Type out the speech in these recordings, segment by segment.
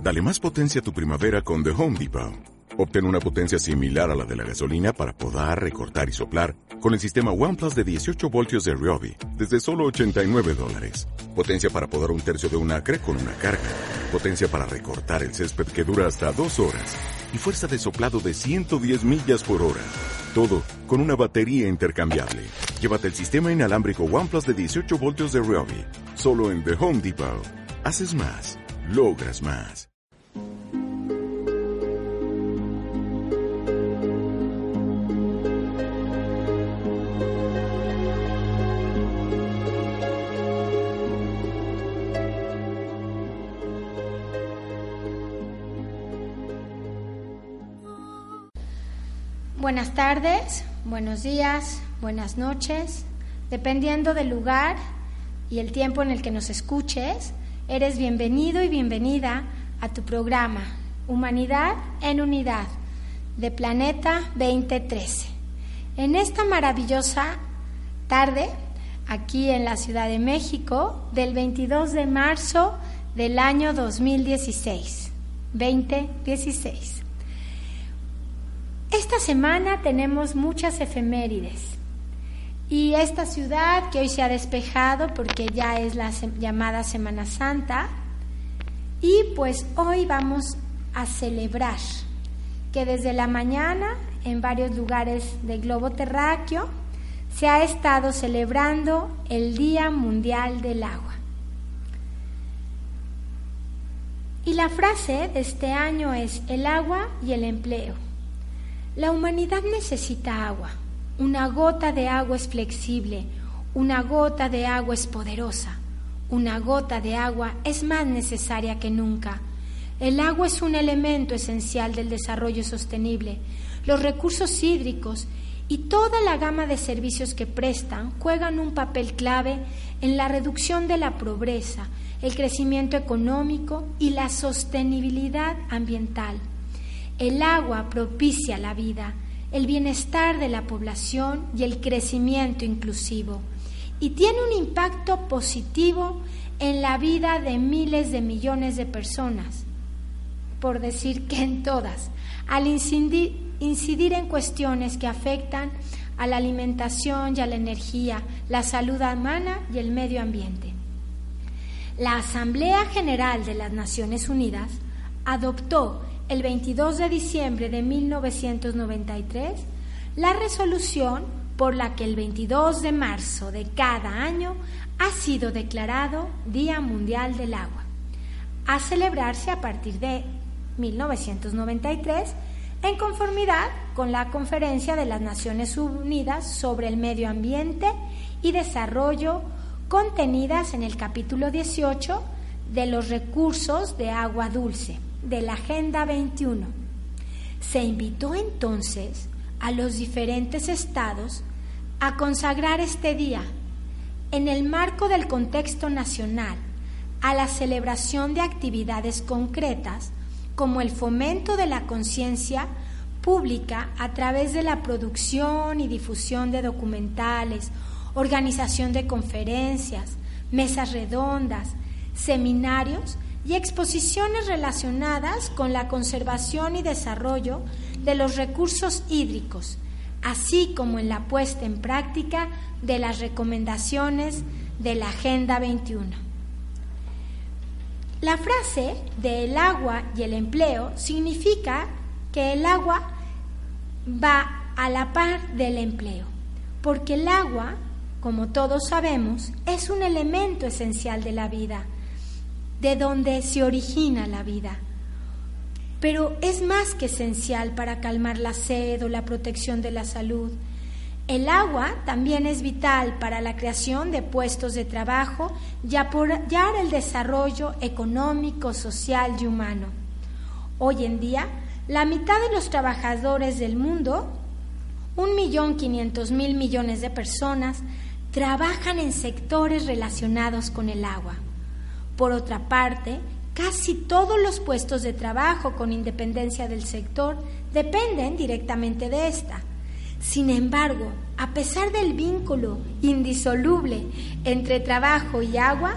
Dale más potencia a tu primavera con The Home Depot. Obtén una potencia similar a la de la gasolina para podar, recortar y soplar con el sistema OnePlus de 18 voltios de Ryobi desde solo $89. Potencia para podar un tercio de un acre con una carga. Potencia para recortar el césped que dura hasta 2 horas. Y fuerza de soplado de 110 millas por hora. Todo con una batería intercambiable. Llévate el sistema inalámbrico OnePlus de 18 voltios de Ryobi. Solo en The Home Depot. Haces más. Logras más. Buenas tardes, buenos días, buenas noches. Dependiendo del lugar y el tiempo en el que nos escuches, eres bienvenido y bienvenida a tu programa Humanidad en Unidad de Planeta 2013. En esta maravillosa tarde, aquí en la Ciudad de México, del 22 de marzo del año 2016. Esta semana tenemos muchas efemérides y esta ciudad que hoy se ha despejado porque ya es la llamada Semana Santa, y pues hoy vamos a celebrar que desde la mañana en varios lugares del globo terráqueo se ha estado celebrando el Día Mundial del Agua. Y la frase de este año es el agua y el empleo. La humanidad necesita agua. Una gota de agua es flexible, una gota de agua es poderosa, una gota de agua es más necesaria que nunca. El agua es un elemento esencial del desarrollo sostenible. Los recursos hídricos y toda la gama de servicios que prestan juegan un papel clave en la reducción de la pobreza, el crecimiento económico y la sostenibilidad ambiental. El agua propicia la vida, el bienestar de la población y el crecimiento inclusivo, y tiene un impacto positivo en la vida de miles de millones de personas, por decir que en todas, al incidir en cuestiones que afectan a la alimentación y a la energía, la salud humana y el medio ambiente. La Asamblea General de las Naciones Unidas adoptó el 22 de diciembre de 1993 la resolución por la que el 22 de marzo de cada año ha sido declarado Día Mundial del Agua, a celebrarse a partir de 1993 en conformidad con la Conferencia de las Naciones Unidas sobre el Medio Ambiente y Desarrollo, contenidas en el capítulo 18 de los recursos de agua dulce de la Agenda 21. Se invitó entonces a los diferentes estados a consagrar este día en el marco del contexto nacional a la celebración de actividades concretas como el fomento de la conciencia pública a través de la producción y difusión de documentales, organización de conferencias, mesas redondas, seminarios y exposiciones relacionadas con la conservación y desarrollo de los recursos hídricos, así como en la puesta en práctica de las recomendaciones de la Agenda 21. La frase de el agua y el empleo significa que el agua va a la par del empleo, porque el agua, como todos sabemos, es un elemento esencial de la vida, de donde se origina la vida. Pero es más que esencial para calmar la sed o la protección de la salud. El agua también es vital para la creación de puestos de trabajo y apoyar el desarrollo económico, social y humano. Hoy en día, la mitad de los trabajadores del mundo, 1.500.000 millones de personas, trabajan en sectores relacionados con el agua. Por otra parte, casi todos los puestos de trabajo, con independencia del sector, dependen directamente de esta. Sin embargo, a pesar del vínculo indisoluble entre trabajo y agua,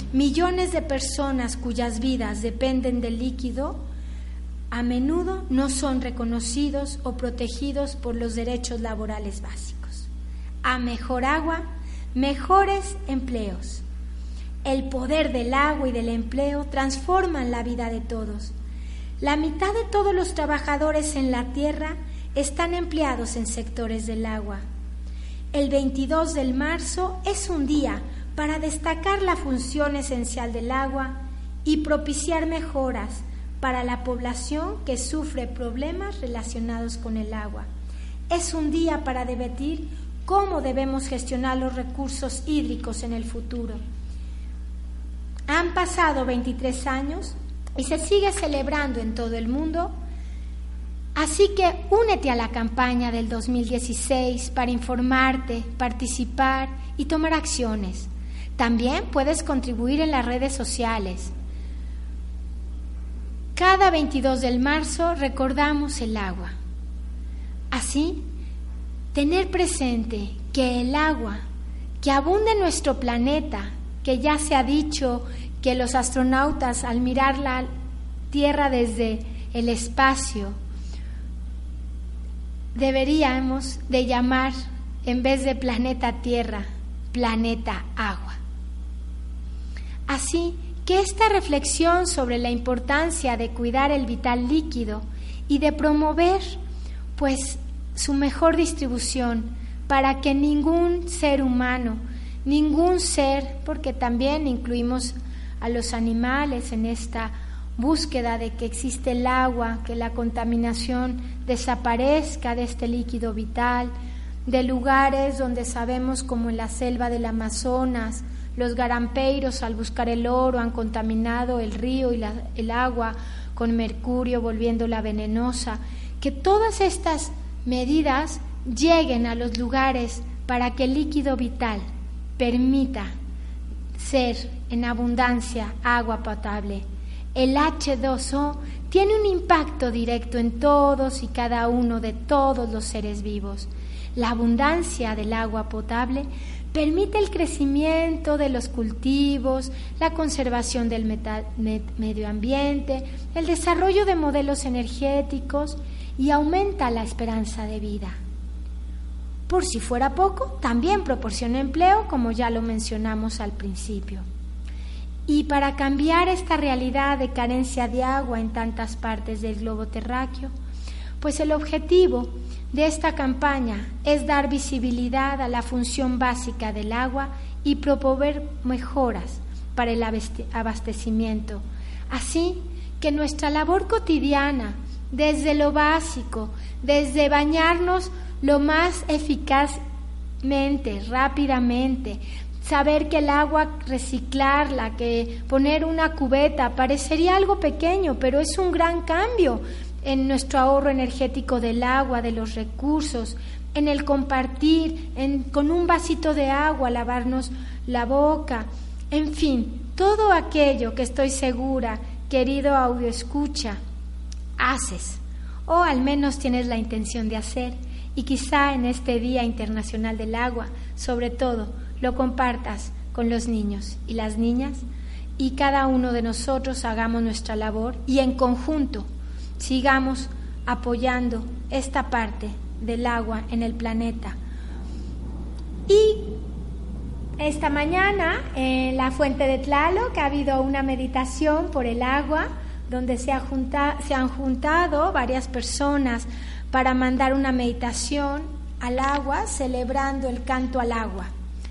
millones de personas cuyas vidas dependen del líquido, a menudo no son reconocidos o protegidos por los derechos laborales básicos. A mejor agua, mejores empleos. El poder del agua y del empleo transforman la vida de todos. La mitad de todos los trabajadores en la tierra están empleados en sectores del agua. El 22 de marzo es un día para destacar la función esencial del agua y propiciar mejoras para la población que sufre problemas relacionados con el agua. Es un día para debatir cómo debemos gestionar los recursos hídricos en el futuro. Han pasado 23 años y se sigue celebrando en todo el mundo, así que únete a la campaña del 2016 para informarte, participar y tomar acciones. También puedes contribuir en las redes sociales. Cada 22 de marzo recordamos el agua. Así, tener presente que el agua que abunda en nuestro planeta, que ya se ha dicho que los astronautas al mirar la Tierra desde el espacio deberíamos de llamar, en vez de planeta Tierra, planeta agua. Así que esta reflexión sobre la importancia de cuidar el vital líquido y de promover pues su mejor distribución para que ningún ser humano, ningún ser, porque también incluimos a los animales en esta búsqueda de que existe el agua, que la contaminación desaparezca de este líquido vital, de lugares donde sabemos como en la selva del Amazonas, los garampeiros al buscar el oro han contaminado el río y el agua con mercurio, volviéndola venenosa. Que todas estas medidas lleguen a los lugares para que el líquido vital permita ser en abundancia agua potable. El H2O tiene un impacto directo en todos y cada uno de todos los seres vivos. La abundancia del agua potable permite el crecimiento de los cultivos, la conservación del medio ambiente, el desarrollo de modelos energéticos y aumenta la esperanza de vida. Por si fuera poco, también proporciona empleo, como ya lo mencionamos al principio. Y para cambiar esta realidad de carencia de agua en tantas partes del globo terráqueo, pues el objetivo de esta campaña es dar visibilidad a la función básica del agua y proponer mejoras para el abastecimiento. Así que nuestra labor cotidiana, desde lo básico, desde bañarnos lo más eficazmente, rápidamente, saber que el agua reciclarla, que poner una cubeta, parecería algo pequeño, pero es un gran cambio en nuestro ahorro energético del agua, de los recursos, en el compartir, con un vasito de agua lavarnos la boca, en fin, todo aquello que estoy segura, querido audioescucha, haces, o al menos tienes la intención de hacer, y quizá en este Día Internacional del Agua, sobre todo, lo compartas con los niños y las niñas, y cada uno de nosotros hagamos nuestra labor y en conjunto sigamos apoyando esta parte del agua en el planeta. Y esta mañana en la fuente de Tlaloc ha habido una meditación por el agua, donde se han juntado varias personas para mandar una meditación al agua, celebrando el canto al agua.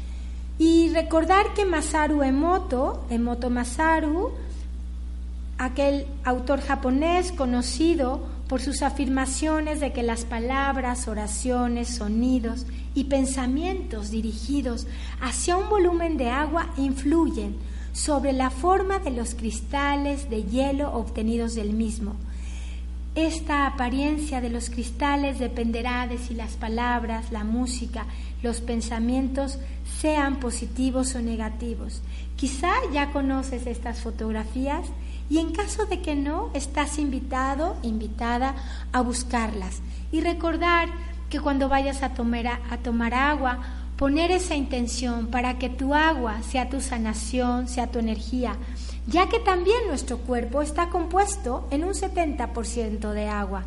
Y recordar que Masaru Emoto Masaru, aquel autor japonés conocido por sus afirmaciones de que las palabras, oraciones, sonidos y pensamientos dirigidos hacia un volumen de agua influyen sobre la forma de los cristales de hielo obtenidos del mismo. Esta apariencia de los cristales dependerá de si las palabras, la música, los pensamientos sean positivos o negativos. Quizá ya conoces estas fotografías y en caso de que no, estás invitada a buscarlas y recordar que cuando vayas a tomar agua, poner esa intención para que tu agua sea tu sanación, sea tu energía, ya que también nuestro cuerpo está compuesto en un 70% de agua.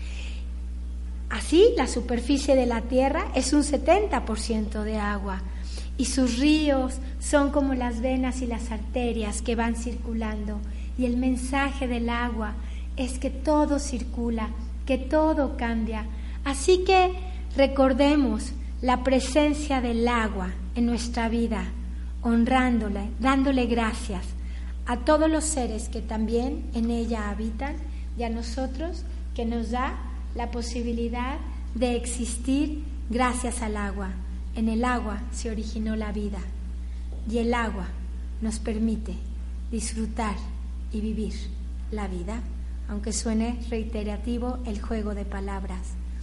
Así, la superficie de la Tierra es un 70% de agua y sus ríos son como las venas y las arterias que van circulando. Y el mensaje del agua es que todo circula, que todo cambia. Así que recordemos la presencia del agua en nuestra vida, honrándola, dándole gracias a todos los seres que también en ella habitan y a nosotros que nos da la posibilidad de existir gracias al agua. En el agua se originó la vida y el agua nos permite disfrutar y vivir la vida, aunque suene reiterativo el juego de palabras.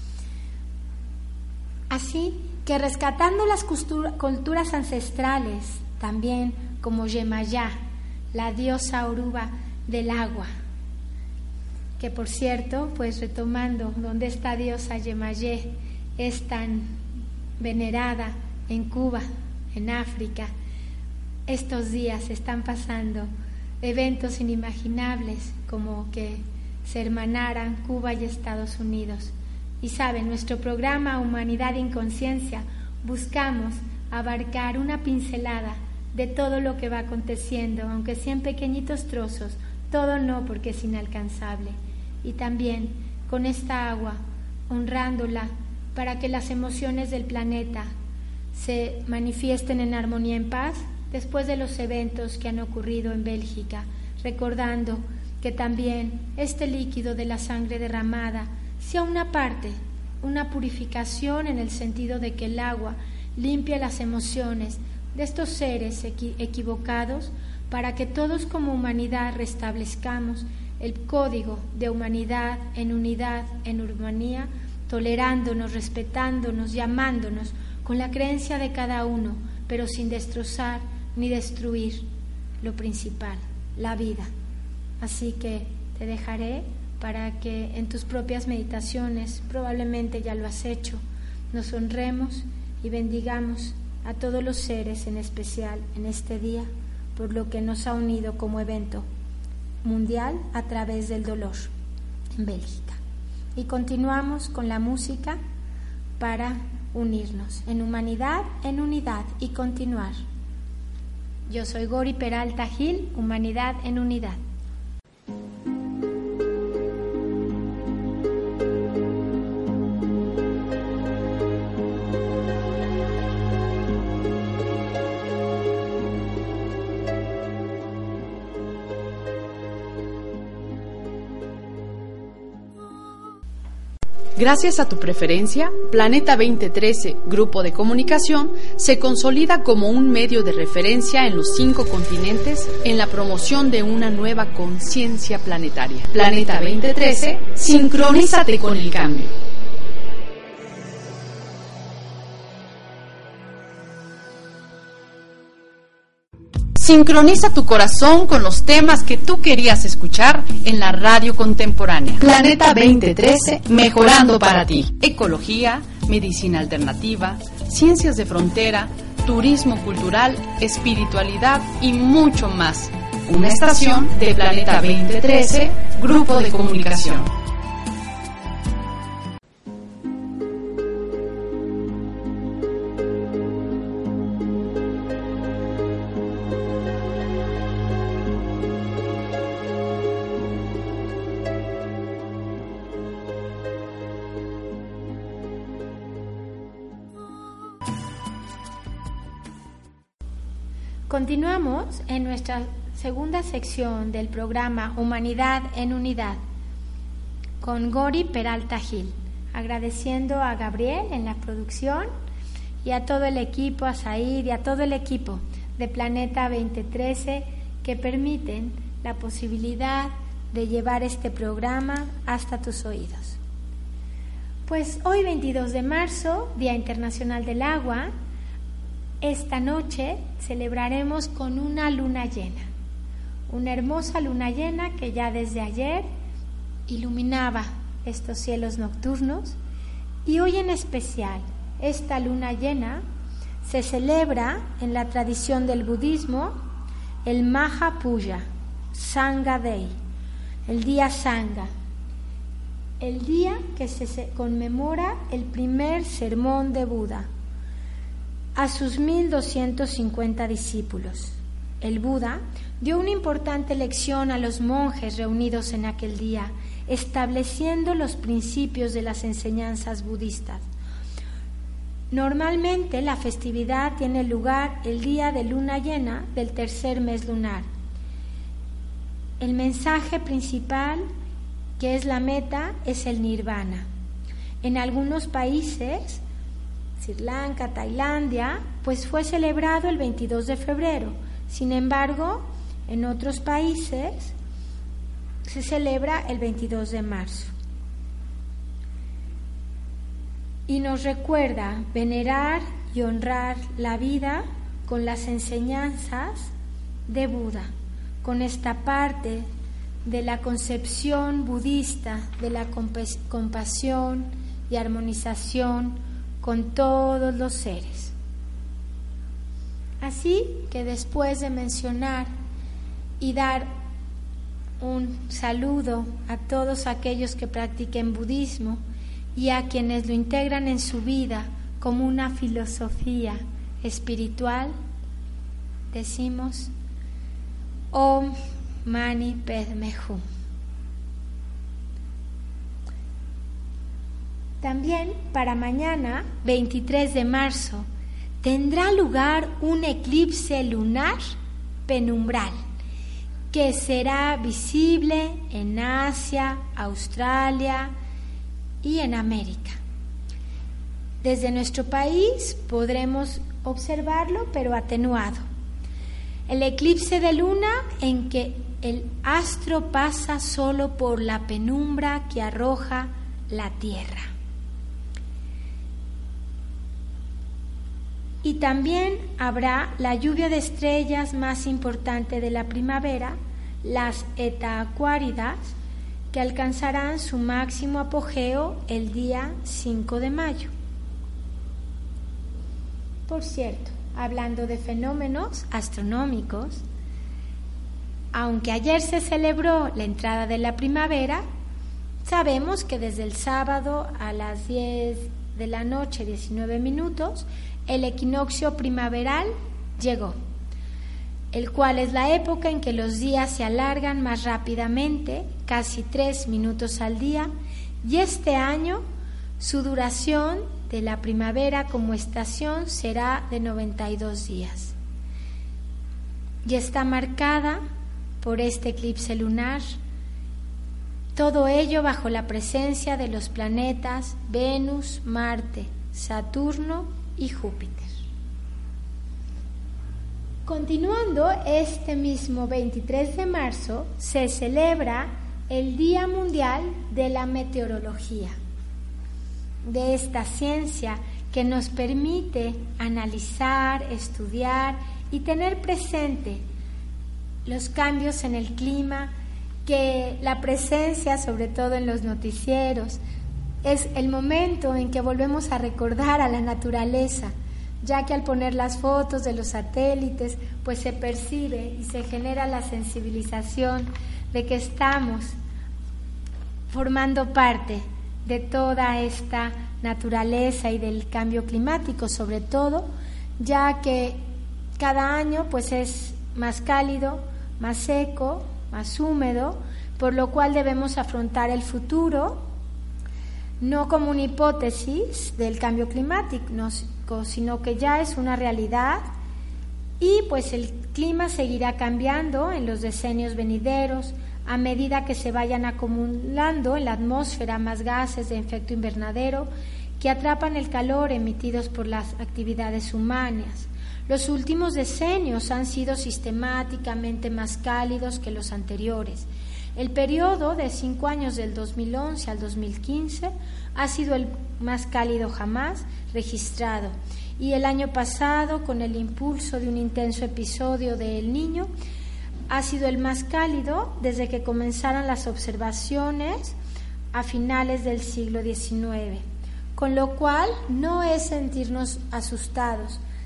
Así que rescatando las culturas ancestrales, también como Yemayá, la diosa oruba del agua, que por cierto, pues retomando, donde esta diosa Yemayé es tan venerada en Cuba, en África, estos días están pasando eventos inimaginables como que se hermanaran Cuba y Estados Unidos. Y saben, nuestro programa Humanidad en Conciencia buscamos abarcar una pincelada de todo lo que va aconteciendo, aunque sea en pequeñitos trozos, todo no porque es inalcanzable. Y también con esta agua, honrándola para que las emociones del planeta se manifiesten en armonía, en paz, después de los eventos que han ocurrido en Bélgica, recordando que también este líquido de la sangre derramada sea una parte, una purificación en el sentido de que el agua limpia las emociones de estos seres equivocados para que todos como humanidad restablezcamos el código de humanidad en unidad, en armonía, tolerándonos, respetándonos, llamándonos con la creencia de cada uno, pero sin destrozar ni destruir lo principal, la vida. Así que te dejaré para que en tus propias meditaciones, probablemente ya lo has hecho, nos honremos y bendigamos a todos los seres, en especial en este día, por lo que nos ha unido como evento mundial a través del dolor en Bélgica. Y continuamos con la música para unirnos en humanidad, en unidad y continuar. Yo soy Gori Peralta Gil, Humanidad en Unidad. Gracias a tu preferencia, Planeta 2013, Grupo de Comunicación, se consolida como un medio de referencia en los 5 continentes en la promoción de una nueva conciencia planetaria. Planeta 2013, sincronízate con el cambio. Sincroniza tu corazón con los temas que tú querías escuchar en la radio contemporánea. Planeta 2013, mejorando para ti. Ecología, medicina alternativa, ciencias de frontera, turismo cultural, espiritualidad y mucho más. Una estación de Planeta 2013, Grupo de Comunicación. Continuamos en nuestra segunda sección del programa Humanidad en Unidad con Gori Peralta Gil, agradeciendo a Gabriel en la producción y a todo el equipo, a Said y a todo el equipo de Planeta 2013 que permiten la posibilidad de llevar este programa hasta tus oídos. Pues hoy 22 de marzo, Día Internacional del Agua, esta noche celebraremos con una luna llena, una hermosa luna llena que ya desde ayer iluminaba estos cielos nocturnos y hoy en especial esta luna llena Se celebra en la tradición del budismo el Maha Puja, Sangha Day, el día Sangha, el día que se conmemora el primer sermón de Buda a sus 1250 discípulos. El Buda dio una importante lección a los monjes reunidos en aquel día, estableciendo los principios de las enseñanzas budistas. Normalmente la festividad tiene lugar el día de luna llena del tercer mes lunar. El mensaje principal, que es la meta, es el nirvana. En algunos países, Sri Lanka, Tailandia, pues fue celebrado el 22 de febrero. Sin embargo, en otros países se celebra el 22 de marzo. Y nos recuerda venerar y honrar la vida con las enseñanzas de Buda, con esta parte de la concepción budista de la compasión y armonización con todos los seres. Así que después de mencionar y dar un saludo a todos aquellos que practiquen budismo y a quienes lo integran en su vida como una filosofía espiritual, decimos Om Mani Padme Hum. También para mañana, 23 de marzo, tendrá lugar un eclipse lunar penumbral que será visible en Asia, Australia y en América. Desde nuestro país podremos observarlo, pero atenuado. El eclipse de luna en que el astro pasa solo por la penumbra que arroja la Tierra. Y también habrá la lluvia de estrellas más importante de la primavera, las Eta Aquaridas, que alcanzarán su máximo apogeo el día 5 de mayo. Por cierto, hablando de fenómenos astronómicos, aunque ayer se celebró la entrada de la primavera, sabemos que desde el sábado a las 10 de la noche, 19 minutos, el equinoccio primaveral llegó, el cual es la época en que los días se alargan más rápidamente, casi 3 minutos al día, y este año su duración de la primavera como estación será de 92 días. Y está marcada por este eclipse lunar, todo ello bajo la presencia de los planetas Venus, Marte, Saturno y Júpiter. Continuando, este mismo 23 de marzo se celebra el Día Mundial de la Meteorología, de esta ciencia que nos permite analizar, estudiar y tener presente los cambios en el clima, que la presencia, sobre todo en los noticieros, es el momento en que volvemos a recordar a la naturaleza, ya que al poner las fotos de los satélites, pues se percibe y se genera la sensibilización de que estamos formando parte de toda esta naturaleza y del cambio climático, sobre todo, ya que cada año pues es más cálido, más seco, más húmedo, por lo cual debemos afrontar el futuro no como una hipótesis del cambio climático, sino que ya es una realidad, y pues el clima seguirá cambiando en los decenios venideros a medida que se vayan acumulando en la atmósfera más gases de efecto invernadero que atrapan el calor emitidos por las actividades humanas. Los últimos decenios han sido sistemáticamente más cálidos que los anteriores. El periodo de 5 años del 2011 al 2015 ha sido el más cálido jamás registrado, y el año pasado, con el impulso de un intenso episodio de El Niño, ha sido el más cálido desde que comenzaron las observaciones a finales del siglo XIX, con lo cual no es sentirnos asustados,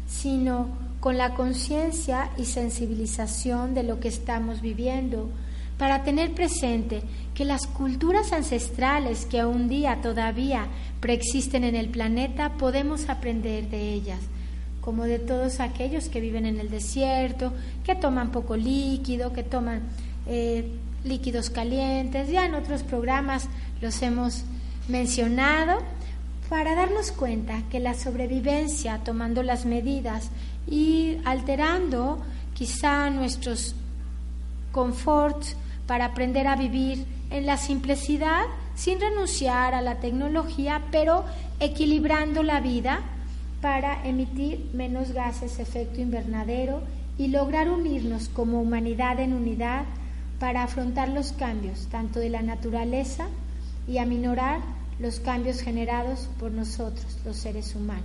sino con la conciencia y sensibilización de lo que estamos viviendo, para tener presente que las culturas ancestrales que un día todavía preexisten en el planeta, podemos aprender de ellas, como de todos aquellos que viven en el desierto, que toman poco líquido, que toman líquidos calientes. Ya en otros programas los hemos mencionado, para darnos cuenta que la sobrevivencia, tomando las medidas y alterando quizá nuestros conforts para aprender a vivir en la simplicidad, sin renunciar a la tecnología, pero equilibrando la vida para emitir menos gases efecto invernadero y lograr unirnos como humanidad en unidad para afrontar los cambios tanto de la naturaleza y aminorar los cambios generados por nosotros, los seres humanos.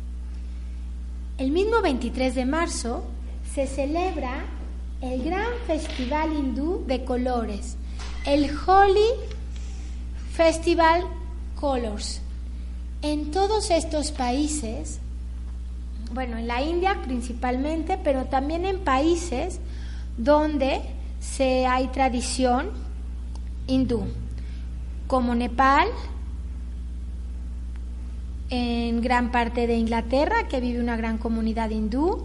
El mismo 23 de marzo se celebra el gran festival hindú de colores, el Holi Festival Colors. En todos estos países, bueno, en la India principalmente, pero también en países donde hay tradición hindú, como Nepal, en gran parte de Inglaterra, que vive una gran comunidad hindú,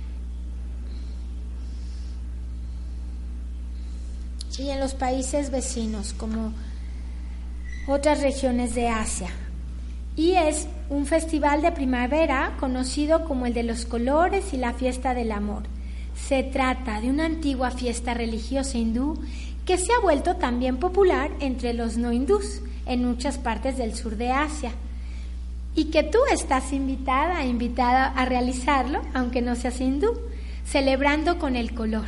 y en los países vecinos, como otras regiones de Asia. Y es un festival de primavera conocido como el de los colores y la fiesta del amor. Se trata de una antigua fiesta religiosa hindú que se ha vuelto también popular entre los no hindús en muchas partes del sur de Asia, y que tú estás invitada a realizarlo, aunque no seas hindú, celebrando con el color,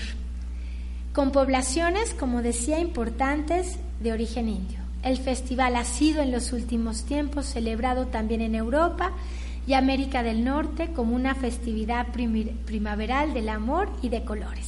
con poblaciones, como decía, importantes de origen indio. El festival ha sido en los últimos tiempos celebrado también en Europa y América del Norte como una festividad primaveral del amor y de colores.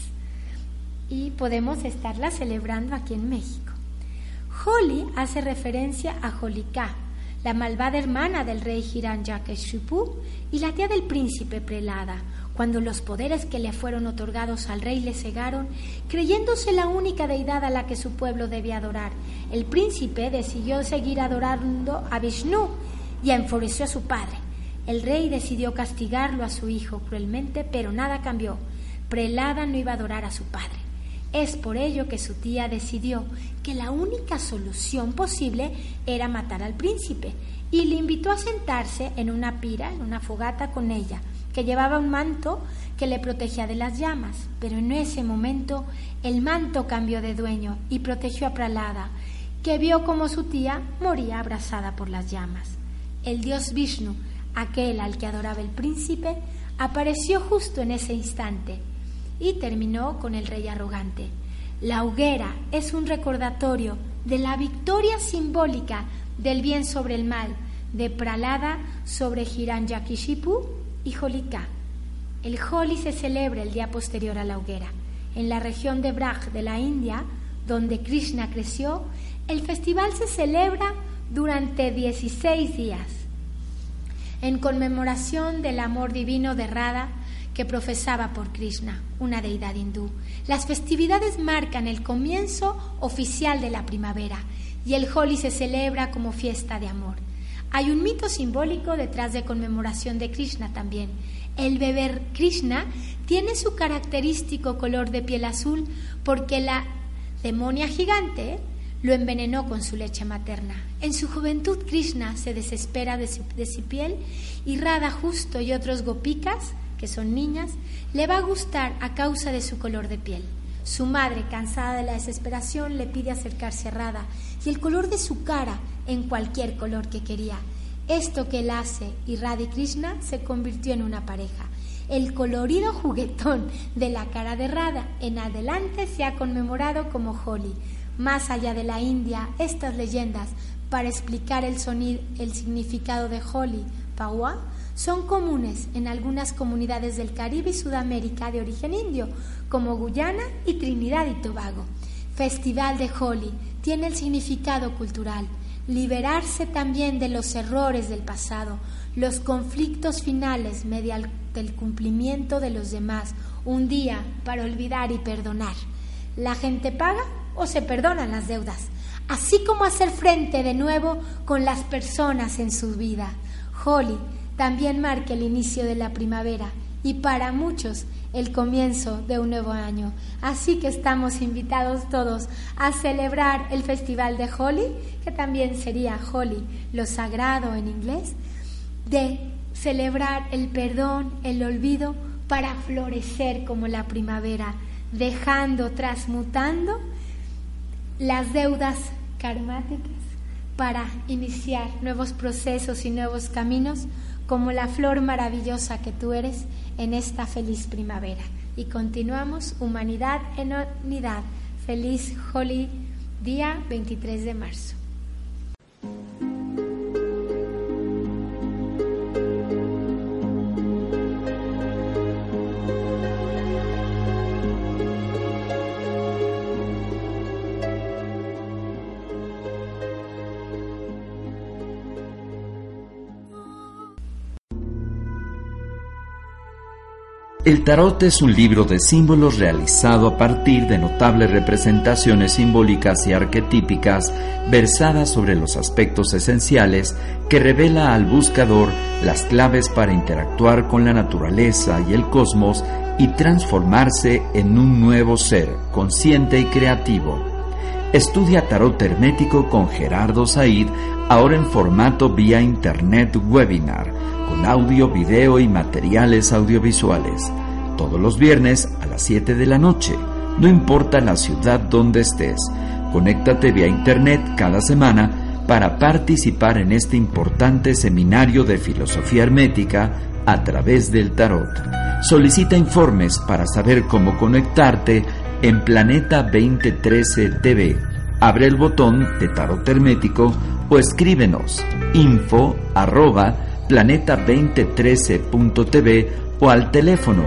Y podemos estarla celebrando aquí en México. Holi hace referencia a Holika, la malvada hermana del rey Hiranyakashipu y la tía del príncipe Prelada, cuando los poderes que le fueron otorgados al rey le cegaron, creyéndose la única deidad a la que su pueblo debía adorar. El príncipe decidió seguir adorando a Vishnu y enfureció a su padre. El rey decidió castigarlo a su hijo cruelmente, pero nada cambió. Prelada no iba a adorar a su padre. Es por ello que su tía decidió que la única solución posible era matar al príncipe y le invitó a sentarse en una pira, en una fogata con ella, que llevaba un manto que le protegía de las llamas. Pero en ese momento el manto cambió de dueño y protegió a Prelada, que vio como su tía moría abrazada por las llamas. El dios Vishnu, aquel al que adoraba el príncipe, apareció justo en ese instante y terminó con el rey arrogante. La hoguera es un recordatorio de la victoria simbólica del bien sobre el mal, de Prelada sobre Hiranyakashipu y Holika. El Holi se celebra el día posterior a la hoguera. En la región de Braj de la India, donde Krishna creció, el festival se celebra durante 16 días, en conmemoración del amor divino de Radha que profesaba por Krishna, una deidad hindú. Las festividades marcan el comienzo oficial de la primavera y el Holi se celebra como fiesta de amor. Hay un mito simbólico detrás de conmemoración de Krishna también. El bebé Krishna tiene su característico color de piel azul porque la demonia gigante lo envenenó con su leche materna. En su juventud Krishna se desespera de su piel y Radha justo y otros gopikas, que son niñas, le va a gustar a causa de su color de piel. Su madre, cansada de la desesperación, le pide acercarse a Radha y el color de su cara en cualquier color que quería. Esto que él hace y Radha y Krishna se convirtió en una pareja. El colorido juguetón de la cara de Radha en adelante se ha conmemorado como Holi. Más allá de la India, estas leyendas para explicar el significado de Holi, Paua, son comunes en algunas comunidades del Caribe y Sudamérica de origen indio, como Guyana y Trinidad y Tobago. Festival de Holi tiene el significado cultural. liberarse también de los errores del pasado, los conflictos finales mediante el cumplimiento de los demás, un día para olvidar y perdonar. La gente paga o se perdonan las deudas, así como hacer frente de nuevo con las personas en su vida. Holi también marca el inicio de la primavera y para muchos el comienzo de un nuevo año. Así que estamos invitados todos a celebrar el festival de Holi, que también sería Holi, lo sagrado en inglés, de celebrar el perdón, el olvido, para florecer como la primavera, dejando, transmutando las deudas karmáticas para iniciar nuevos procesos y nuevos caminos, como la flor maravillosa que tú eres en esta feliz primavera. Y continuamos, humanidad en unidad. Feliz Holi, día 23 de marzo. El tarot es un libro de símbolos realizado a partir de notables representaciones simbólicas y arquetípicas versadas sobre los aspectos esenciales que revela al buscador las claves para interactuar con la naturaleza y el cosmos y transformarse en un nuevo ser consciente y creativo. Estudia tarot hermético con Gerardo Said, ahora en formato vía internet webinar, con audio, video y materiales audiovisuales. Todos los viernes a las 7 de la noche, no importa la ciudad donde estés. Conéctate vía internet cada semana para participar en este importante seminario de filosofía hermética a través del tarot. Solicita informes para saber cómo conectarte en Planeta 2013 TV. Abre el botón de tarot hermético o escríbenos info@planeta2013.tv o al teléfono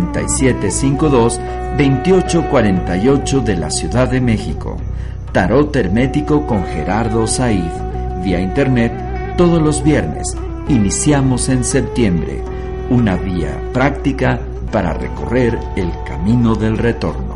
4752-2848 de la Ciudad de México. Tarot hermético con Gerardo Said, vía internet todos los viernes. Iniciamos en septiembre, una vía práctica para recorrer el camino del retorno.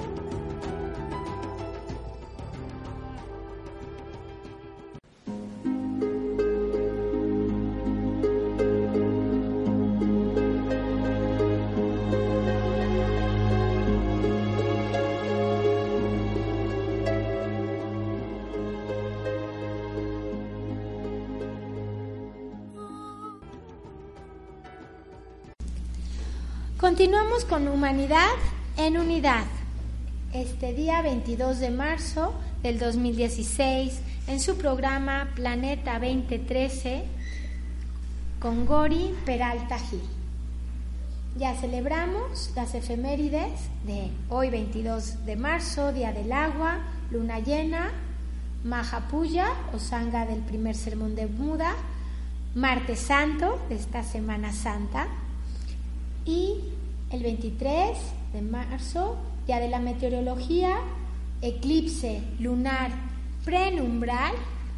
Continuamos con Humanidad en Unidad. Este día 22 de marzo del 2016, en su programa Planeta 2013, con Gori Peralta Gil. Ya celebramos las efemérides de hoy 22 de marzo, Día del Agua, Luna Llena, Mahapuya o Sangha del primer sermón de Buda, Martes Santo de esta Semana Santa, y el 23 de marzo, Día de la Meteorología, eclipse lunar prenumbral,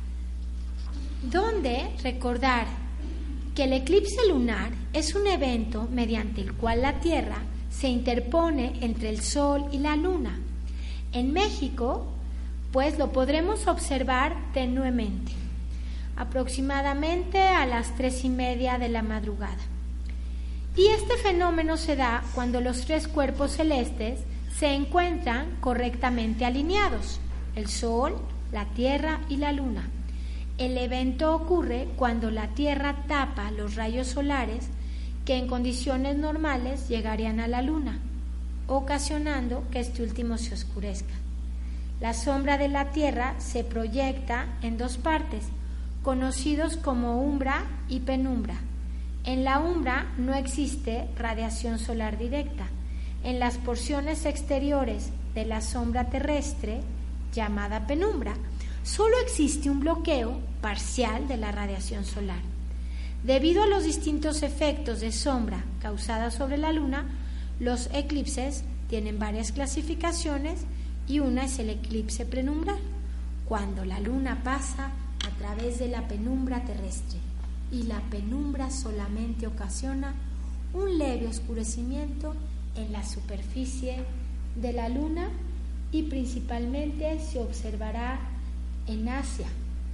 donde recordar que el eclipse lunar es un evento mediante el cual la Tierra se interpone entre el Sol y la Luna. En México, pues lo podremos observar tenuemente, aproximadamente a las 3:30 de la madrugada. Y este fenómeno se da cuando los tres cuerpos celestes se encuentran correctamente alineados, el Sol, la Tierra y la Luna. El evento ocurre cuando la Tierra tapa los rayos solares que en condiciones normales llegarían a la Luna, ocasionando que este último se oscurezca. La sombra de la Tierra se proyecta en dos partes, conocidos como umbra y penumbra. En la umbra no existe radiación solar directa. En las porciones exteriores de la sombra terrestre, llamada penumbra, solo existe un bloqueo parcial de la radiación solar. Debido a los distintos efectos de sombra causadas sobre la Luna, los eclipses tienen varias clasificaciones y una es el eclipse prenumbral, cuando la Luna pasa a través de la penumbra terrestre, y la penumbra solamente ocasiona un leve oscurecimiento en la superficie de la luna y principalmente se observará en Asia.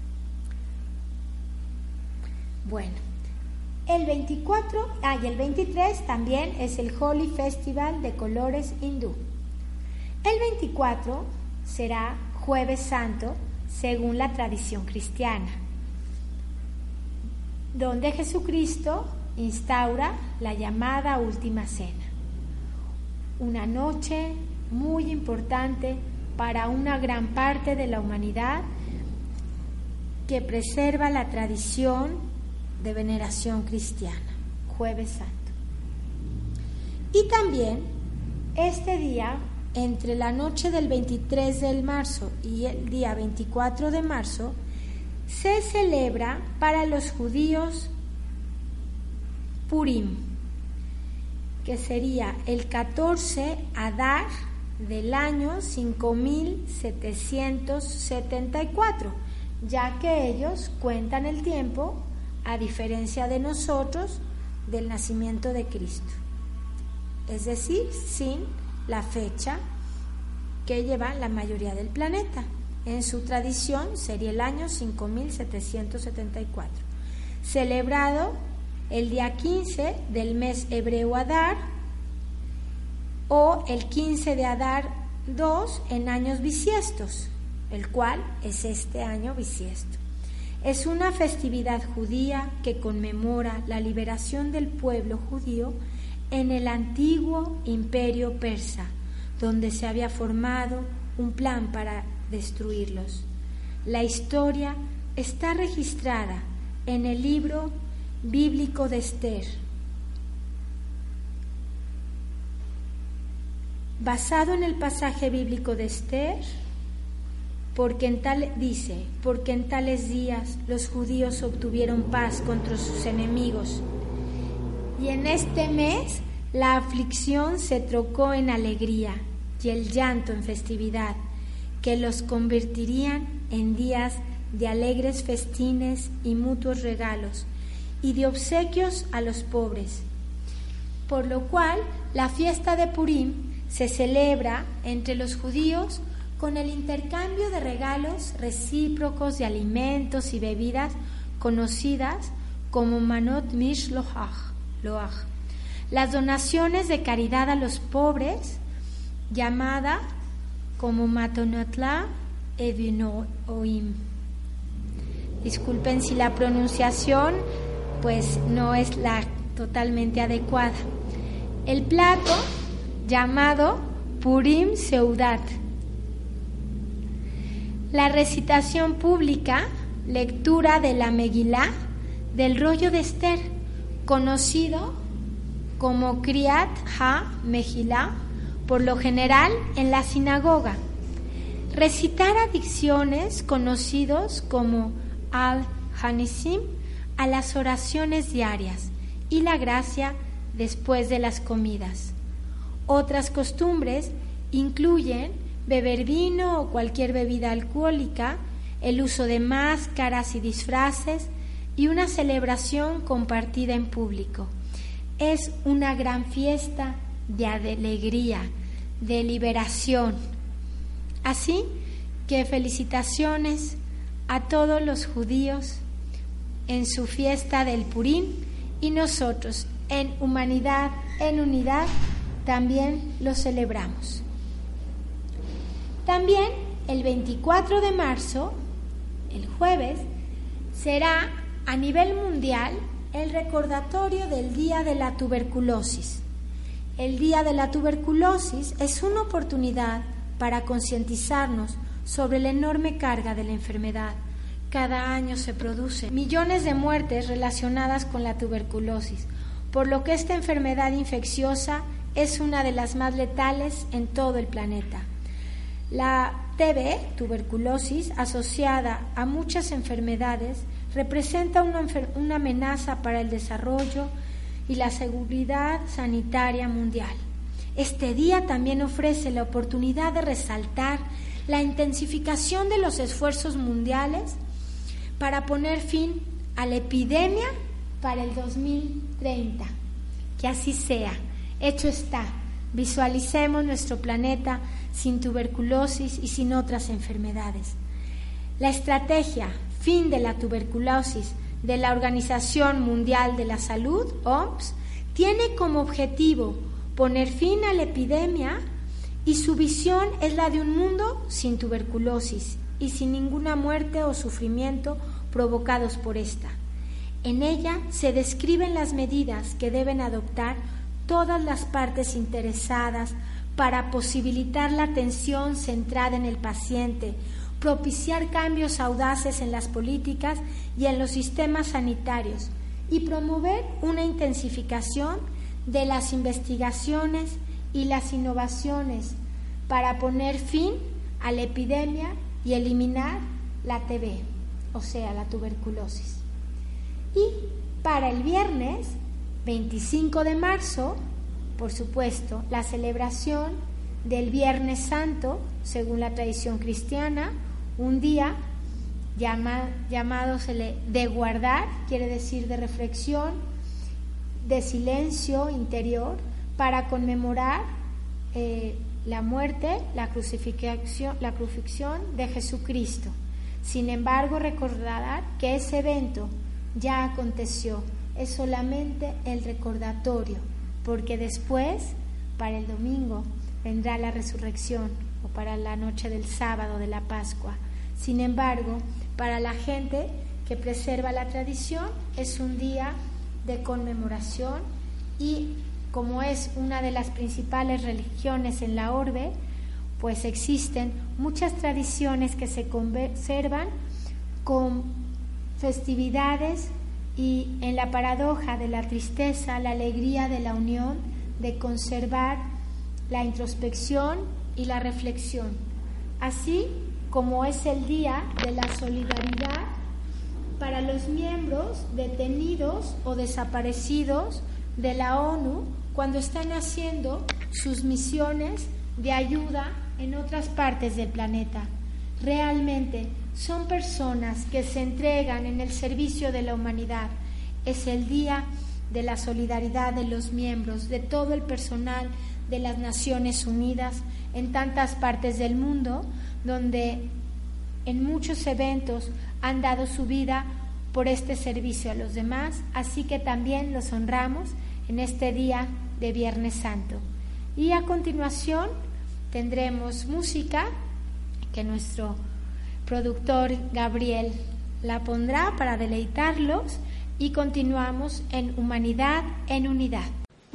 Bueno, el 24 y el 23 también es el Holi Festival de colores hindú. El 24 será Jueves Santo según la tradición cristiana, donde Jesucristo instaura la llamada Última Cena, una noche muy importante para una gran parte de la humanidad que preserva la tradición de veneración cristiana, Jueves Santo. Y también este día, entre la noche del 23 de marzo y el día 24 de marzo, se celebra para los judíos Purim, que sería el 14 Adar del año 5774, ya que ellos cuentan el tiempo, a diferencia de nosotros, del nacimiento de Cristo, es decir, sin la fecha que lleva la mayoría del planeta. En su tradición sería el año 5774, celebrado el día 15 del mes hebreo Adar o el 15 de Adar 2 en años bisiestos, el cual es este año bisiesto. Es una festividad judía que conmemora la liberación del pueblo judío en el antiguo imperio persa, donde se había formado un plan para destruirlos. La historia está registrada en el libro bíblico de Esther, basado en el pasaje bíblico de Esther, porque en tales días los judíos obtuvieron paz contra sus enemigos, y en este mes la aflicción se trocó en alegría y el llanto en festividad, que los convertirían en días de alegres festines y mutuos regalos y de obsequios a los pobres, por lo cual la fiesta de Purim se celebra entre los judíos con el intercambio de regalos recíprocos de alimentos y bebidas conocidas como Manot Mishloach, las donaciones de caridad a los pobres, llamada como Matonotla Evinoim. Disculpen si la pronunciación pues no es la totalmente adecuada. El plato llamado Purim Seudat. La recitación pública, lectura de la Megilá del rollo de Esther, conocido como Kriyat ha-Megilá, por lo general en la sinagoga. Recitar adicciones conocidos como al-Hanisim a las oraciones diarias y la gracia después de las comidas. Otras costumbres incluyen beber vino o cualquier bebida alcohólica, el uso de máscaras y disfraces y una celebración compartida en público. Es una gran fiesta de alegría, de liberación. Así que felicitaciones a todos los judíos en su fiesta del Purim, y nosotros en humanidad, en unidad, también lo celebramos. También el 24 de marzo, el jueves, será a nivel mundial el recordatorio del Día de la Tuberculosis. El Día de la Tuberculosis es una oportunidad para concientizarnos sobre la enorme carga de la enfermedad. Cada año se producen millones de muertes relacionadas con la tuberculosis, por lo que esta enfermedad infecciosa es una de las más letales en todo el planeta. La TB, tuberculosis, asociada a muchas enfermedades, representa una amenaza para el desarrollo y la seguridad sanitaria mundial. Este día también ofrece la oportunidad de resaltar la intensificación de los esfuerzos mundiales para poner fin a la epidemia para el 2030. Que así sea. Hecho está. Visualicemos nuestro planeta sin tuberculosis y sin otras enfermedades. La estrategia fin de la tuberculosis de la Organización Mundial de la Salud, OMS, tiene como objetivo poner fin a la epidemia y su visión es la de un mundo sin tuberculosis y sin ninguna muerte o sufrimiento provocados por esta. En ella se describen las medidas que deben adoptar todas las partes interesadas para posibilitar la atención centrada en el paciente, propiciar cambios audaces en las políticas y en los sistemas sanitarios y promover una intensificación de las investigaciones y las innovaciones para poner fin a la epidemia y eliminar la TB, o sea, la tuberculosis. Y para el viernes 25 de marzo, por supuesto, la celebración del Viernes Santo, según la tradición cristiana, un día llamado de guardar, quiere decir de reflexión, de silencio interior, para conmemorar la muerte, la crucifixión de Jesucristo. Sin embargo, recordar que ese evento ya aconteció, es solamente el recordatorio, porque después, para el domingo, vendrá la resurrección, o para la noche del sábado de la Pascua. Sin embargo, para la gente que preserva la tradición, es un día de conmemoración y como es una de las principales religiones en la orbe, pues existen muchas tradiciones que se conservan con festividades y en la paradoja de la tristeza, la alegría de la unión, de conservar la introspección y la reflexión, así como es el Día de la Solidaridad para los miembros detenidos o desaparecidos de la ONU cuando están haciendo sus misiones de ayuda en otras partes del planeta. Realmente son personas que se entregan en el servicio de la humanidad. Es el Día de la Solidaridad de los miembros, de todo el personal de las Naciones Unidas en tantas partes del mundo, donde en muchos eventos han dado su vida por este servicio a los demás, así que también los honramos en este día de Viernes Santo. Y a continuación tendremos música que nuestro productor Gabriel la pondrá para deleitarlos y continuamos en Humanidad en Unidad.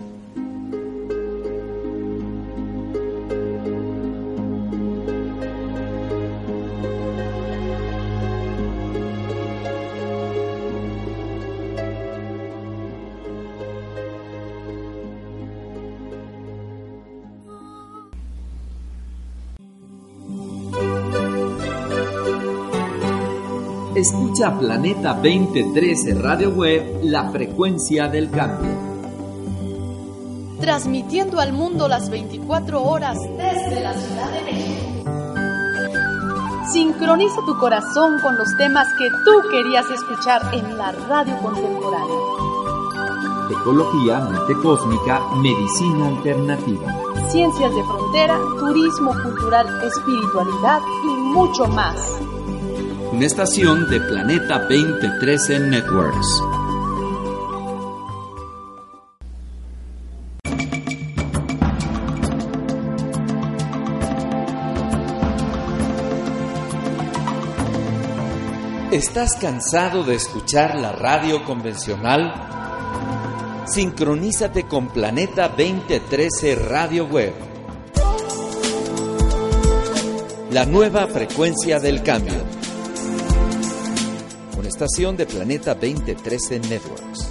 Escucha Planeta 2013 Radio Web, la frecuencia del cambio. Transmitiendo al mundo las 24 horas desde la Ciudad de México. Sincroniza tu corazón con los temas que tú querías escuchar en la radio contemporánea. Ecología, mente cósmica, medicina alternativa. Ciencias de frontera, turismo cultural, espiritualidad y mucho más. Una estación de Planeta 2013 Networks. ¿Estás cansado de escuchar la radio convencional? Sincronízate con Planeta 2013 Radio Web. La nueva frecuencia del cambio. Una estación de Planeta 2013 Networks.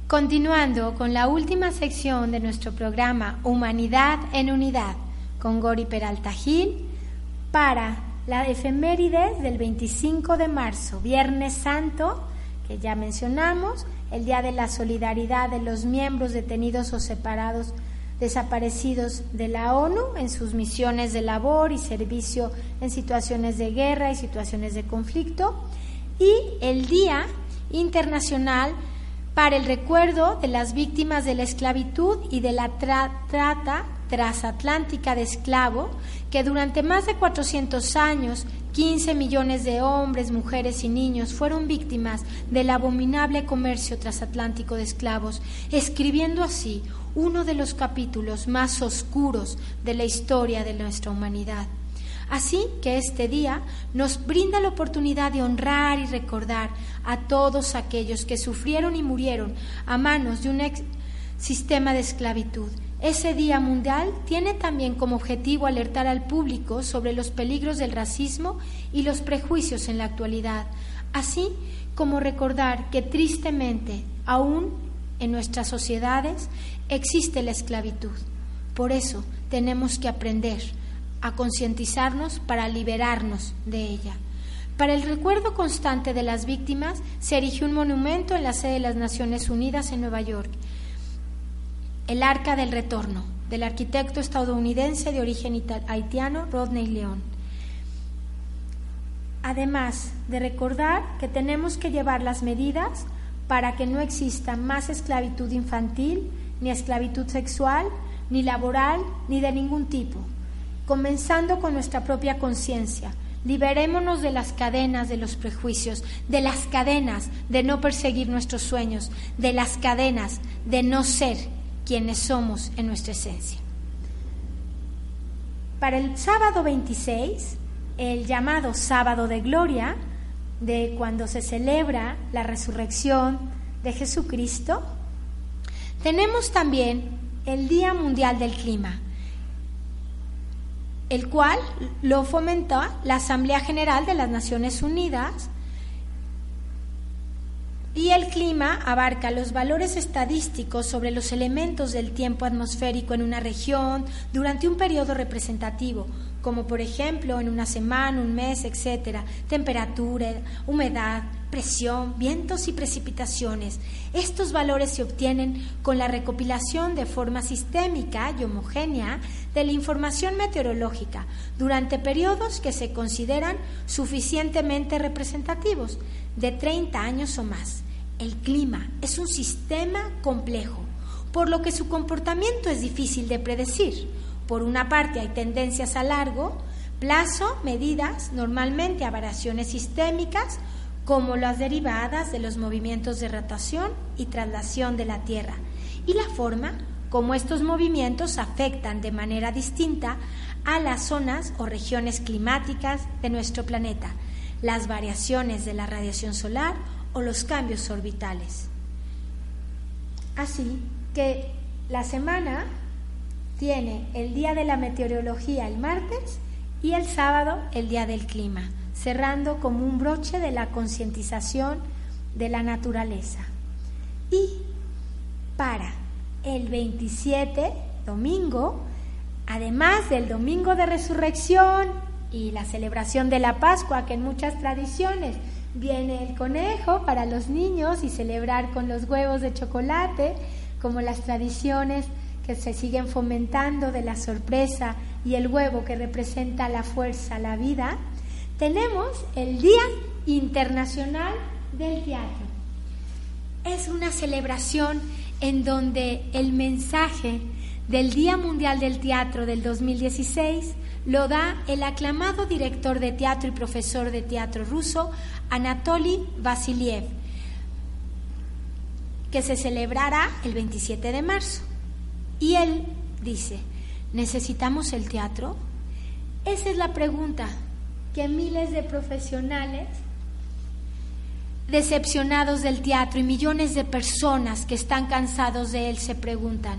Continuando con la última sección de nuestro programa Humanidad en Unidad con Gori Peralta Gil, para la efeméride del 25 de marzo, Viernes Santo, que ya mencionamos, el Día de la Solidaridad de los miembros detenidos o separados desaparecidos de la ONU en sus misiones de labor y servicio en situaciones de guerra y situaciones de conflicto, y el Día Internacional para el recuerdo de las víctimas de la esclavitud y de la trata transatlántica de esclavos, que durante más de 400 años 15 millones de hombres, mujeres y niños fueron víctimas del abominable comercio transatlántico de esclavos, escribiendo así uno de los capítulos más oscuros de la historia de nuestra humanidad. Así que este día nos brinda la oportunidad de honrar y recordar a todos aquellos que sufrieron y murieron a manos de un sistema de esclavitud. Ese Día Mundial tiene también como objetivo alertar al público sobre los peligros del racismo y los prejuicios en la actualidad, así como recordar que tristemente aún en nuestras sociedades existe la esclavitud. Por eso tenemos que aprender a concientizarnos para liberarnos de ella. Para el recuerdo constante de las víctimas se erigió un monumento en la sede de las Naciones Unidas en Nueva York, el Arca del Retorno, del arquitecto estadounidense de origen haitiano Rodney León. Además de recordar que tenemos que llevar las medidas para que no exista más esclavitud infantil, ni esclavitud sexual, ni laboral, ni de ningún tipo, comenzando con nuestra propia conciencia. Liberémonos de las cadenas de los prejuicios, de las cadenas de no perseguir nuestros sueños, de las cadenas de no ser quienes somos en nuestra esencia. Para el sábado 26, el llamado Sábado de Gloria, de cuando se celebra la resurrección de Jesucristo, tenemos también el Día Mundial del Clima, el cual lo fomentó la Asamblea General de las Naciones Unidas, y el clima abarca los valores estadísticos sobre los elementos del tiempo atmosférico en una región durante un periodo representativo, como por ejemplo en una semana, un mes, etcétera, temperatura, humedad, presión, vientos y precipitaciones. Estos valores se obtienen con la recopilación de forma sistémica y homogénea de la información meteorológica durante periodos que se consideran suficientemente representativos, de 30 años o más. El clima es un sistema complejo, por lo que su comportamiento es difícil de predecir. Por una parte, hay tendencias a largo plazo, medidas normalmente a variaciones sistémicas, como las derivadas de los movimientos de rotación y traslación de la Tierra, y la forma como estos movimientos afectan de manera distinta a las zonas o regiones climáticas de nuestro planeta, las variaciones de la radiación solar o los cambios orbitales. Así que la semana tiene el Día de la Meteorología el martes y el sábado el Día del Clima, cerrando como un broche de la concientización de la naturaleza. Y para el 27, domingo, además del Domingo de Resurrección y la celebración de la Pascua, que en muchas tradiciones viene el conejo para los niños y celebrar con los huevos de chocolate, como las tradiciones que se siguen fomentando de la sorpresa y el huevo que representa la fuerza, la vida, tenemos el Día Internacional del Teatro. Es una celebración en donde el mensaje del Día Mundial del Teatro del 2016 lo da el aclamado director de teatro y profesor de teatro ruso Anatoly Vasiliev, que se celebrará el 27 de marzo. Y él dice, ¿necesitamos el teatro? Esa es la pregunta que miles de profesionales decepcionados del teatro y millones de personas que están cansados de él se preguntan.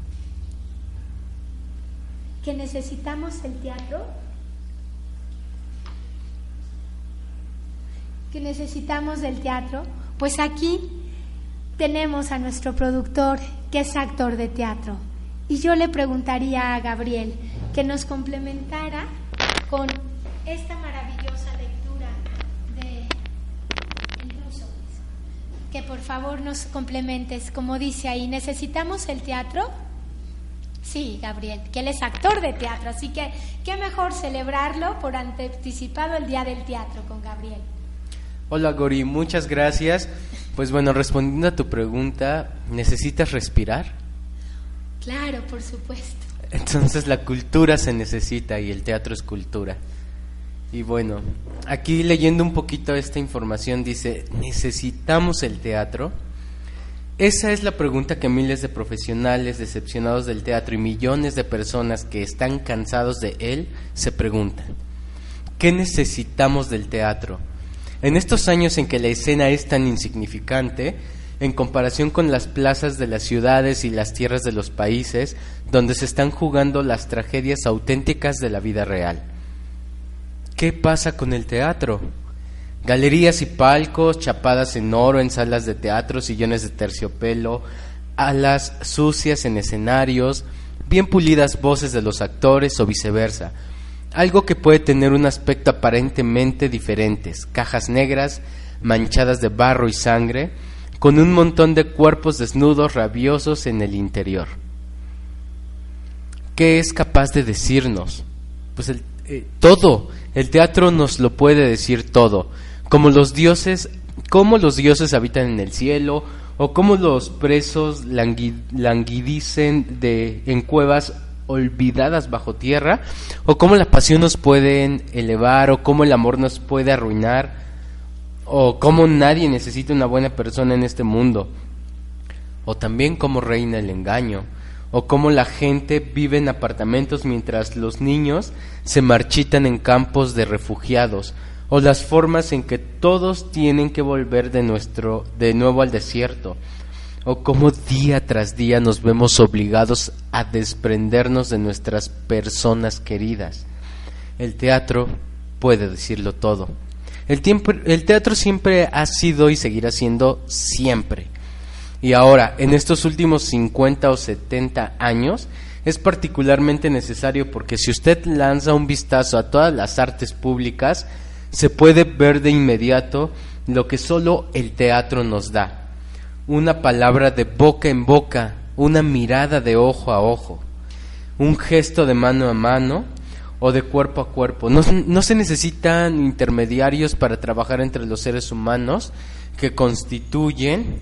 ¿Que necesitamos el teatro? ¿Que necesitamos del teatro? Pues aquí tenemos a nuestro productor, que es actor de teatro. Y yo le preguntaría a Gabriel que nos complementara con esta maravillosa lectura de El ruso. Que por favor nos complementes, como dice ahí, ¿necesitamos el teatro? Sí, Gabriel, que él es actor de teatro, así que qué mejor celebrarlo por anticipado el Día del Teatro con Gabriel. Hola Gori, muchas gracias. Pues bueno, respondiendo a tu pregunta, ¿necesitas respirar? Claro, por supuesto. Entonces la cultura se necesita y el teatro es cultura. Y bueno, aquí leyendo un poquito esta información dice, ¿necesitamos el teatro? Esa es la pregunta que miles de profesionales decepcionados del teatro y millones de personas que están cansados de él se preguntan. ¿Qué necesitamos del teatro? En estos años en que la escena es tan insignificante, en comparación con las plazas de las ciudades y las tierras de los países, donde se están jugando las tragedias auténticas de la vida real. ¿Qué pasa con el teatro? Galerías y palcos, chapadas en oro en salas de teatro, sillones de terciopelo, alas sucias en escenarios, bien pulidas voces de los actores o viceversa. Algo que puede tener un aspecto aparentemente diferente, cajas negras, manchadas de barro y sangre, con un montón de cuerpos desnudos, rabiosos en el interior. ¿Qué es capaz de decirnos? Pues todo. El teatro nos lo puede decir todo. Cómo los dioses habitan en el cielo, o cómo los presos languidicen en cuevas olvidadas bajo tierra, o cómo la pasión nos puede elevar, o cómo el amor nos puede arruinar, o cómo nadie necesita una buena persona en este mundo, o también cómo reina el engaño, o cómo la gente vive en apartamentos mientras los niños se marchitan en campos de refugiados, o las formas en que todos tienen que volver de nuevo al desierto, o cómo día tras día nos vemos obligados a desprendernos de nuestras personas queridas. El teatro puede decirlo todo. El teatro siempre ha sido y seguirá siendo siempre. Y ahora, en estos últimos 50 o 70 años, es particularmente necesario porque si usted lanza un vistazo a todas las artes públicas, se puede ver de inmediato lo que solo el teatro nos da. Una palabra de boca en boca, una mirada de ojo a ojo, un gesto de mano a mano o de cuerpo a cuerpo. No se necesitan intermediarios para trabajar entre los seres humanos que constituyan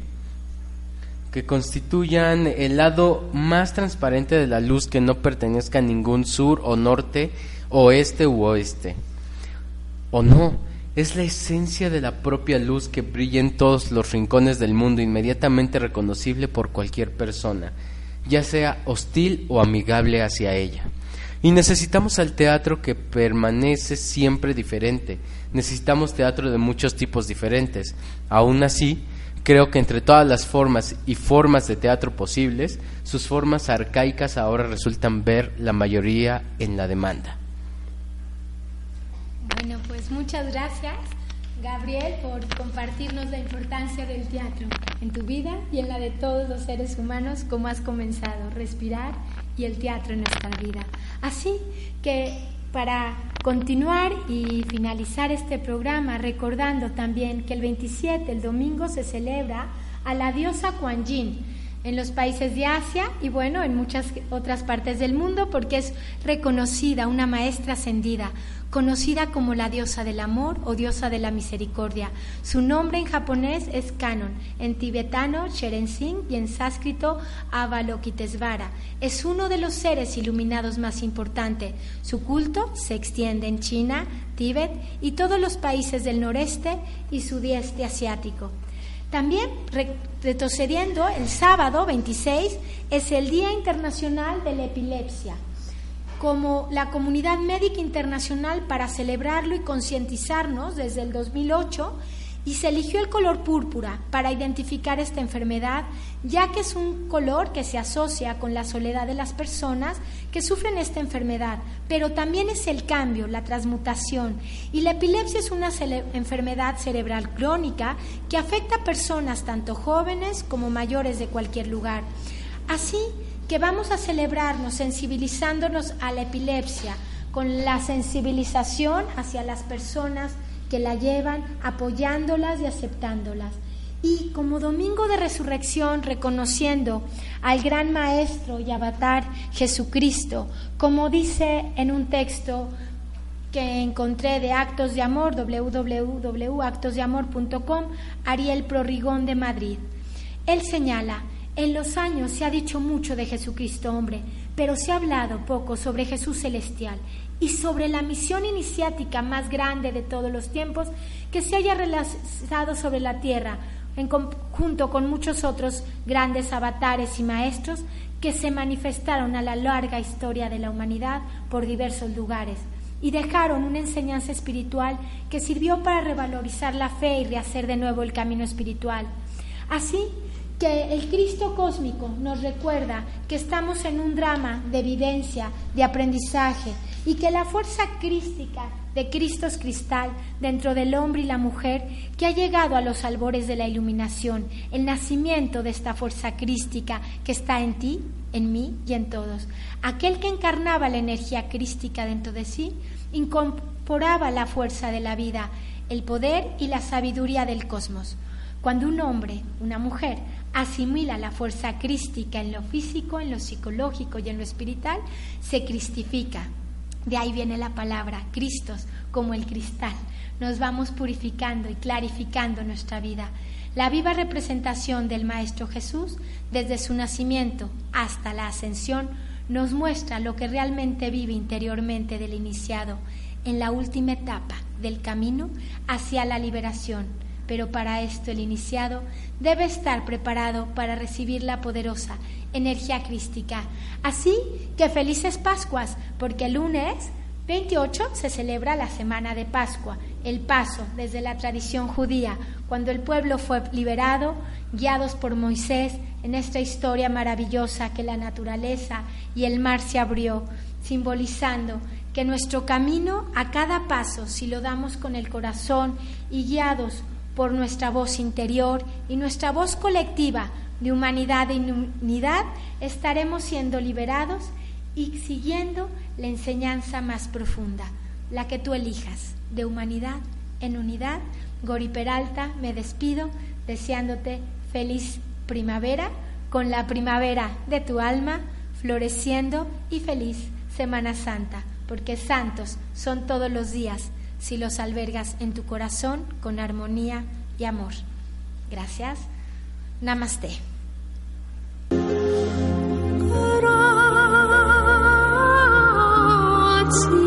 el lado más transparente de la luz que no pertenezca a ningún sur o norte, oeste u oeste. ¿O no? Es la esencia de la propia luz que brilla en todos los rincones del mundo, inmediatamente reconocible por cualquier persona, ya sea hostil o amigable hacia ella. Y necesitamos al teatro que permanece siempre diferente. Necesitamos teatro de muchos tipos diferentes. Aún así, creo que entre todas las formas y formas de teatro posibles, sus formas arcaicas ahora resultan ver la mayoría en la demanda. Bueno, pues muchas gracias, Gabriel, por compartirnos la importancia del teatro en tu vida y en la de todos los seres humanos, como has comenzado, respirar y el teatro en nuestra vida. Así que para continuar y finalizar este programa, recordando también que el 27, el domingo, se celebra a la diosa Kuan Yin en los países de Asia y bueno, en muchas otras partes del mundo, porque es reconocida, una maestra ascendida, conocida como la diosa del amor o diosa de la misericordia. Su nombre en japonés es Kanon, en tibetano Cherensing y en sánscrito Avalokitesvara. Es uno de los seres iluminados más importantes. Su culto se extiende en China, Tíbet y todos los países del noreste y sudeste asiático. También, retrocediendo, el sábado 26 es el Día Internacional de la Epilepsia. Como la Comunidad Médica Internacional, para celebrarlo y concientizarnos desde el 2008, y se eligió el color púrpura para identificar esta enfermedad, ya que es un color que se asocia con la soledad de las personas que sufren esta enfermedad, pero también es el cambio, la transmutación, y la epilepsia es una enfermedad cerebral crónica que afecta a personas tanto jóvenes como mayores de cualquier lugar. Así que vamos a celebrarnos sensibilizándonos a la epilepsia, con la sensibilización hacia las personas que la llevan, apoyándolas y aceptándolas. Y como domingo de resurrección, reconociendo al gran Maestro y Avatar Jesucristo, como dice en un texto que encontré de Actos de Amor, www.actosdeamor.com, Ariel Prorrigón de Madrid. Él señala: en los años se ha dicho mucho de Jesucristo hombre, pero se ha hablado poco sobre Jesús celestial y sobre la misión iniciática más grande de todos los tiempos que se haya realizado sobre la tierra, en conjunto con muchos otros grandes avatares y maestros que se manifestaron a la larga historia de la humanidad por diversos lugares y dejaron una enseñanza espiritual que sirvió para revalorizar la fe y rehacer de nuevo el camino espiritual. Así que el Cristo cósmico nos recuerda que estamos en un drama de vivencia, de aprendizaje, y que la fuerza crística de Cristo es cristal dentro del hombre y la mujer que ha llegado a los albores de la iluminación, el nacimiento de esta fuerza crística que está en ti, en mí y en todos. Aquel que encarnaba la energía crística dentro de sí, incorporaba la fuerza de la vida, el poder y la sabiduría del cosmos. Cuando un hombre, una mujer, asimila la fuerza crística en lo físico, en lo psicológico y en lo espiritual, se cristifica. De ahí viene la palabra Cristos, como el cristal. Nos vamos purificando y clarificando nuestra vida. La viva representación del Maestro Jesús, desde su nacimiento hasta la ascensión, nos muestra lo que realmente vive interiormente del iniciado, en la última etapa del camino hacia la liberación. Pero para esto el iniciado debe estar preparado para recibir la poderosa energía crística. Así que felices Pascuas, porque el lunes 28 se celebra la Semana de Pascua, el paso desde la tradición judía, cuando el pueblo fue liberado, guiados por Moisés, en esta historia maravillosa que la naturaleza y el mar se abrió, simbolizando que nuestro camino a cada paso, si lo damos con el corazón y guiados por nuestra voz interior y nuestra voz colectiva de humanidad y unidad, estaremos siendo liberados y siguiendo la enseñanza más profunda, la que tú elijas, de humanidad en unidad. Gori Peralta, me despido deseándote feliz primavera, con la primavera de tu alma floreciendo, y feliz Semana Santa, porque santos son todos los días si los albergas en tu corazón con armonía y amor. Gracias. Namaste. Grazie.